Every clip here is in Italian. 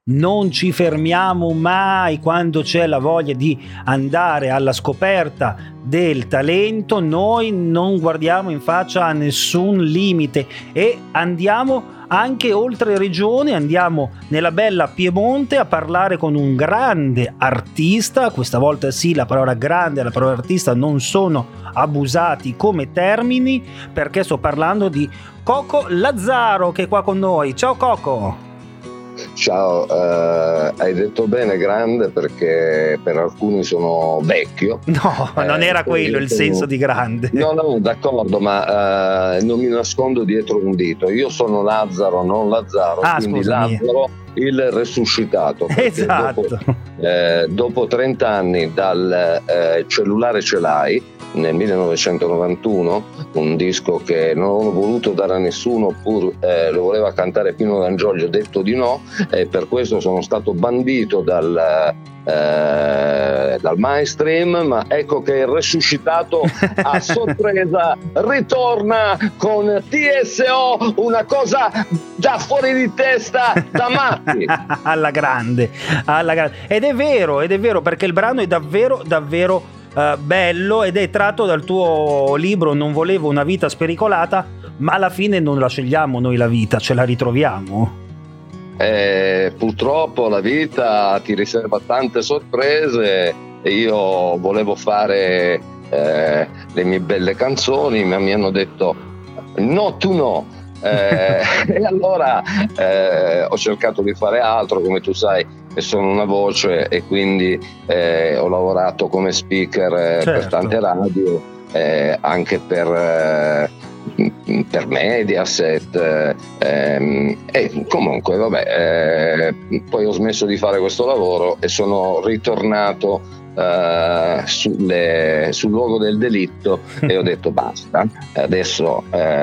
non ci fermiamo mai quando c'è la voglia di andare alla scoperta del talento, noi non guardiamo in faccia a nessun limite e andiamo anche oltre regione, andiamo nella bella Piemonte a parlare con un grande artista. Questa volta sì, la parola grande e la parola artista non sono abusati come termini, perché sto parlando di Coco Lazzaro, che è qua con noi. Ciao Coco! Ciao, hai detto bene grande, perché per alcuni sono vecchio. No, non era quello il senso di grande. No, d'accordo, ma non mi nascondo dietro un dito. Io sono Lazzaro, non Lazzaro, quindi scusami. Lazzaro il resuscitato. Esatto. Dopo 30 anni dal Cellulare ce l'hai, nel 1991, un disco che non ho voluto dare a nessuno, pur lo voleva cantare Pino D'Angiolio, ho detto di no, e per questo sono stato bandito dal mainstream, ma ecco che il resuscitato a sorpresa ritorna con TSO, una cosa da fuori di testa, da matti. alla grande. Ed è vero, perché il brano è davvero bello ed è tratto dal tuo libro Non volevo una vita spericolata, ma alla fine non la scegliamo noi la vita, ce la ritroviamo. Purtroppo la vita ti riserva tante sorprese e io volevo fare le mie belle canzoni, ma mi hanno detto no, tu no. E allora ho cercato di fare altro, come tu sai sono una voce e quindi ho lavorato come speaker per tante radio, anche per Mediaset, e comunque vabbè, poi ho smesso di fare questo lavoro e sono ritornato sul luogo del delitto e ho detto basta, adesso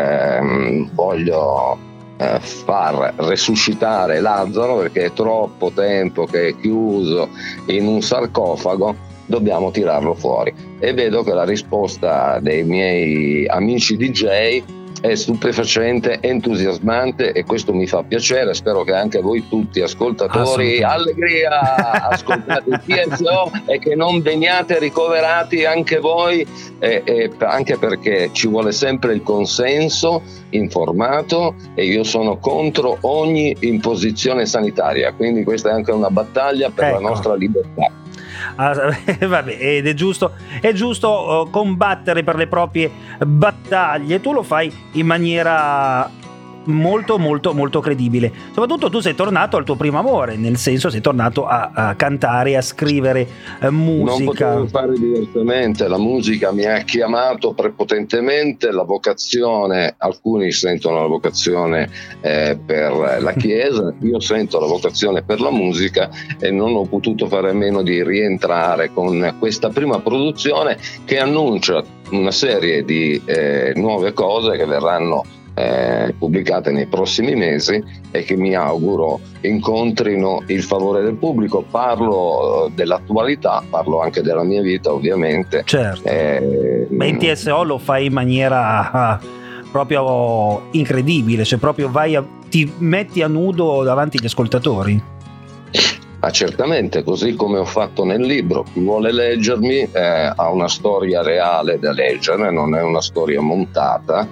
voglio far resuscitare Lazzaro, perché è troppo tempo che è chiuso in un sarcofago, dobbiamo tirarlo fuori. E vedo che la risposta dei miei amici DJ è stupefacente, entusiasmante, e questo mi fa piacere. Spero che anche voi tutti ascoltatori, allegria, ascoltate il TSO e che non veniate ricoverati anche voi, anche perché ci vuole sempre il consenso informato e io sono contro ogni imposizione sanitaria, quindi questa è anche una battaglia per la nostra libertà. Vabbè, ed è giusto combattere per le proprie battaglie. Tu lo fai in maniera molto credibile. Soprattutto tu sei tornato al tuo primo amore, nel senso sei tornato a cantare, a scrivere musica. Non potevo fare diversamente, la musica mi ha chiamato prepotentemente, la vocazione, alcuni sentono la vocazione per la chiesa, io sento la vocazione per la musica e non ho potuto fare a meno di rientrare con questa prima produzione che annuncia una serie di nuove cose che verranno pubblicate nei prossimi mesi e che mi auguro incontrino il favore del pubblico. Parlo dell'attualità, parlo anche della mia vita, ovviamente. Certo. Ma in TSO lo fai in maniera proprio incredibile, cioè proprio ti metti a nudo davanti agli ascoltatori. Ah, certamente, così come ho fatto nel libro. Chi vuole leggermi ha una storia reale da leggere, non è una storia montata.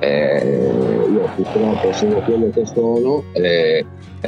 Io purtroppo sono quello che sono e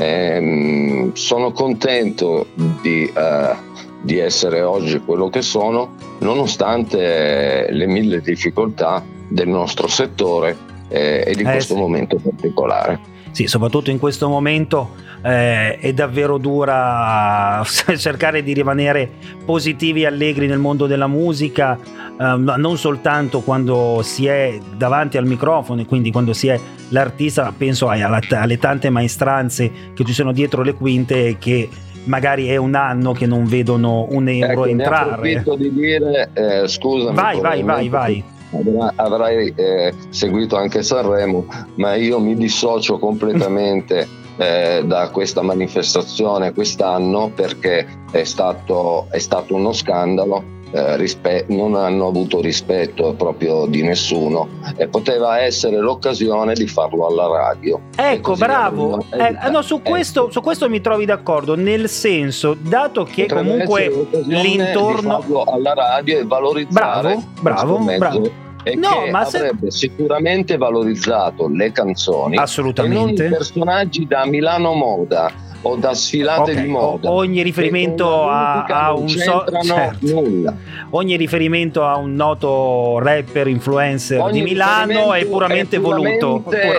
sono contento di essere oggi quello che sono, nonostante le mille difficoltà del nostro settore e di questo momento particolare. Sì, soprattutto in questo momento è davvero dura cercare di rimanere positivi e allegri nel mondo della musica, non soltanto quando si è davanti al microfono e quindi quando si è l'artista. Penso alle tante maestranze che ci sono dietro le quinte e che magari è un anno che non vedono un euro entrare. Ne approfitto di dire, scusami. Vai. Avrai seguito anche Sanremo, ma io mi dissocio completamente da questa manifestazione quest'anno, perché è stato uno scandalo. non hanno avuto rispetto proprio di nessuno, e poteva essere l'occasione di farlo alla radio. Ecco, bravo. No, su questo mi trovi d'accordo, nel senso, dato che potrebbe comunque l'intorno di farlo alla radio e valorizzare bravo. E no, che ma avrebbe sicuramente valorizzato le canzoni, assolutamente, e non i personaggi da Milano Moda o da sfilate di moda. Ogni riferimento a un nulla. Ogni riferimento a un noto rapper influencer di Milano è puramente voluto,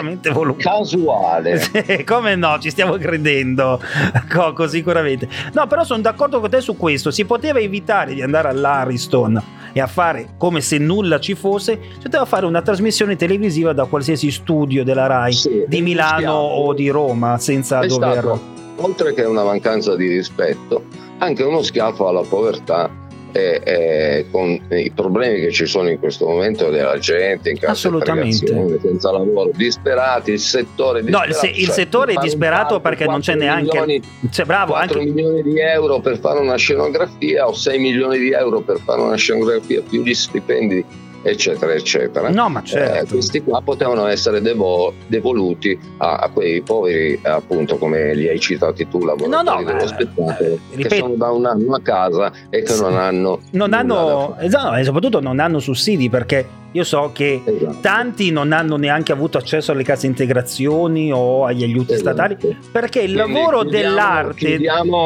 casuale. Come no, ci stiamo credendo, Coco, sicuramente. No, però sono d'accordo con te su questo. Si poteva evitare di andare all'Ariston e a fare come se nulla ci fosse. Si poteva fare una trasmissione televisiva da qualsiasi studio della Rai, di Milano o di Roma, senza dover... Oltre che una mancanza di rispetto, anche uno schiaffo alla povertà, con i problemi che ci sono in questo momento della gente in cassa integrazione, senza lavoro, disperati, il settore disperato. No, il settore è disperato perché non c'è neanche 4 milioni di euro per fare una scenografia, o 6 milioni di euro per fare una scenografia più gli stipendi, eccetera eccetera. No, ma certo. Questi qua potevano essere devoluti a quei poveri, appunto, come li hai citati tu, lavoratori dello spettacolo, che sono da un anno a casa e che non hanno e soprattutto non hanno sussidi, perché io so che tanti non hanno neanche avuto accesso alle casse integrazioni o agli aiuti statali, perché il lavoro dell'arte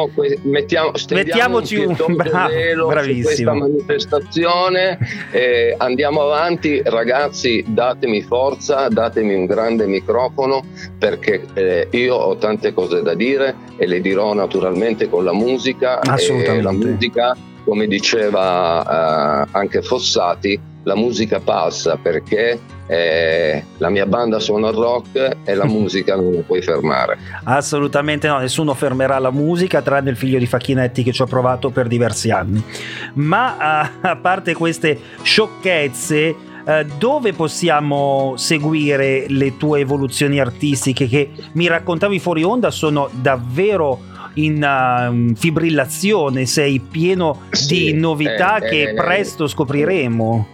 mettiamoci un velo su questa manifestazione, andiamo avanti, ragazzi, datemi forza, datemi un grande microfono, perché io ho tante cose da dire e le dirò naturalmente con la musica. Assolutamente. La musica, come diceva anche Fossati, la musica passa, perché la mia banda suona il rock e la musica non la puoi fermare. Assolutamente no, nessuno fermerà la musica, tranne il figlio di Facchinetti, che ci ho provato per diversi anni. Ma a parte queste sciocchezze, dove possiamo seguire le tue evoluzioni artistiche, che mi raccontavi fuori onda sono davvero in fibrillazione, sei pieno di novità che presto scopriremo.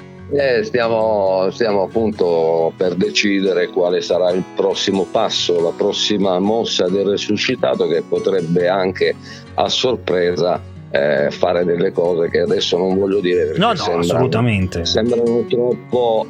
Stiamo appunto per decidere quale sarà il prossimo passo, la prossima mossa del Resuscitato, che potrebbe anche a sorpresa fare delle cose che adesso non voglio dire, perché assolutamente sembrano troppo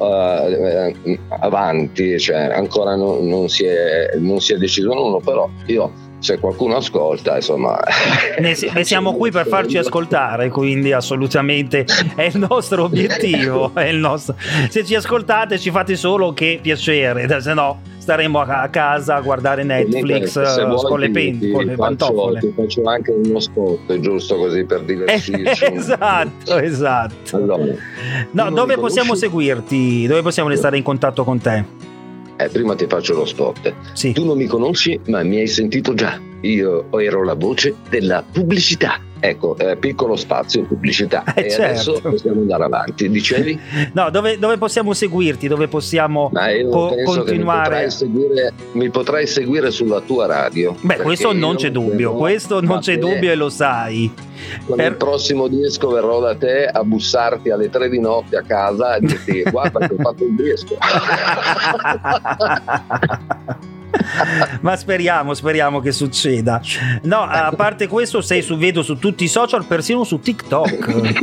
avanti, cioè ancora non si è deciso nulla, però se qualcuno ascolta, insomma, ne siamo qui per farci ascoltare, quindi assolutamente è il nostro obiettivo, se ci ascoltate ci fate solo che piacere, se no staremo a casa a guardare Netflix con le pantofole. Ti faccio anche uno spot, giusto così per divertirci. Esatto. Allora, dove possiamo seguirti? Dove possiamo restare in contatto con te? Prima ti faccio lo spot. Sì. Tu non mi conosci, ma mi hai sentito già. Io ero la voce della pubblicità. Ecco, piccolo spazio pubblicità. E certo. Adesso possiamo andare avanti. Dicevi? No, dove possiamo seguirti? Dove possiamo continuare? Mi potrai seguire sulla tua radio. Questo non c'è dubbio. E lo sai. Con il prossimo disco verrò da te a bussarti alle 3 di notte a casa e dirti: guarda che ho fatto il disco. Ma speriamo che succeda. No, a parte questo, vedo su tutti i social, persino su TikTok.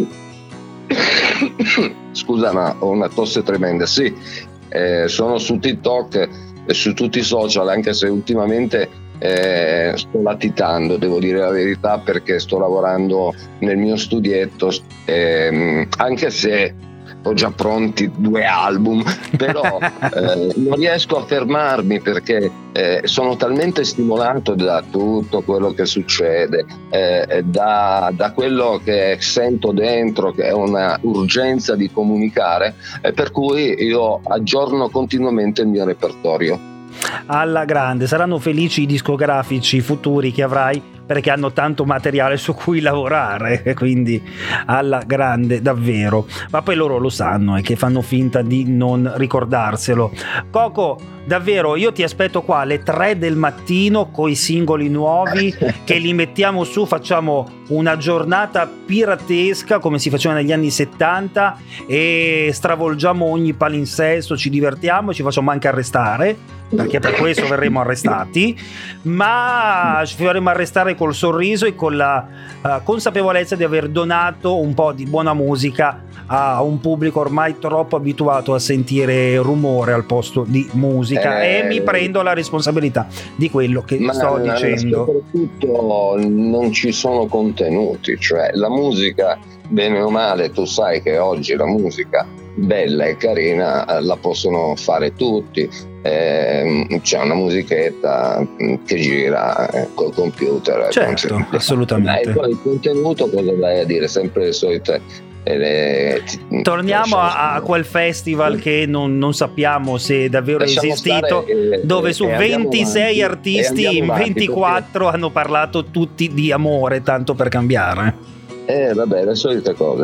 Scusa, ma ho una tosse tremenda. Sì, sono su TikTok e su tutti i social, anche se ultimamente sto latitando, devo dire la verità, perché sto lavorando nel mio studietto, anche se ho già pronti 2 album, però non riesco a fermarmi, perché sono talmente stimolato da tutto quello che succede, da quello che sento dentro, che è una urgenza di comunicare, per cui io aggiorno continuamente il mio repertorio. Alla grande, saranno felici i discografici futuri che avrai perché hanno tanto materiale su cui lavorare, quindi alla grande davvero, ma poi loro lo sanno e che fanno finta di non ricordarselo. Coco, davvero io ti aspetto qua alle 3 del mattino coi singoli nuovi che li mettiamo su, facciamo una giornata piratesca come si faceva negli anni 70 e stravolgiamo ogni palinsesto, ci divertiamo e ci facciamo anche arrestare, perché per questo verremo arrestati, ma ci faremo arrestare col sorriso e con la consapevolezza di aver donato un po' di buona musica a un pubblico ormai troppo abituato a sentire rumore al posto di musica, e mi prendo la responsabilità di quello che sto dicendo. Soprattutto non ci sono contenuti, cioè la musica, bene o male, tu sai che oggi la musica bella e carina la possono fare tutti, c'è una musichetta che gira col computer, certo, assolutamente. Il contenuto cosa vai a dire? Sempre le solite torniamo a quel festival che non sappiamo se è davvero esistito, dove su 26 artisti in 24 hanno parlato tutti di amore, tanto per cambiare. Vabbè, le solite cose.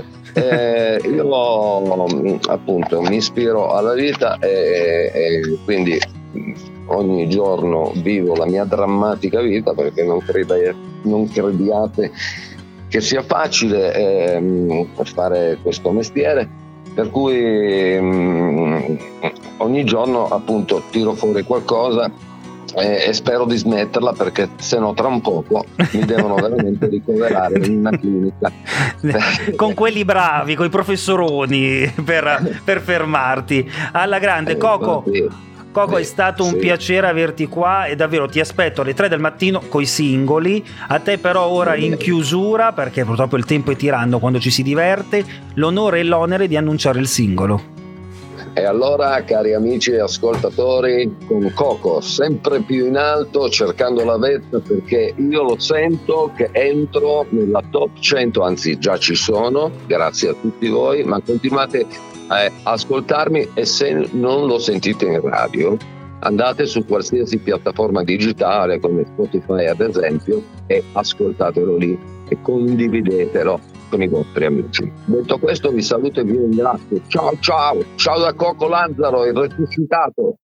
Io appunto mi ispiro alla vita e quindi ogni giorno vivo la mia drammatica vita, perché non crediate che sia facile fare questo mestiere, per cui ogni giorno appunto tiro fuori qualcosa e spero di smetterla, perché se no tra un poco mi devono veramente ricoverare in una clinica con quelli bravi, con i professoroni per fermarti. Alla grande. Coco, è stato un piacere averti qua e davvero ti aspetto alle 3 del mattino coi singoli. A te però ora in chiusura, perché purtroppo il tempo è tiranno quando ci si diverte, l'onore e l'onere di annunciare il singolo. E allora, cari amici e ascoltatori, con Coco sempre più in alto, cercando la vetta, perché io lo sento che entro nella top 100, anzi già ci sono, grazie a tutti voi, ma continuate a ascoltarmi, e se non lo sentite in radio, andate su qualsiasi piattaforma digitale come Spotify ad esempio e ascoltatelo lì e condividetelo con i vostri amici. Detto questo, vi saluto e vi ringrazio. Ciao da Coco Lanzaro, il resuscitato.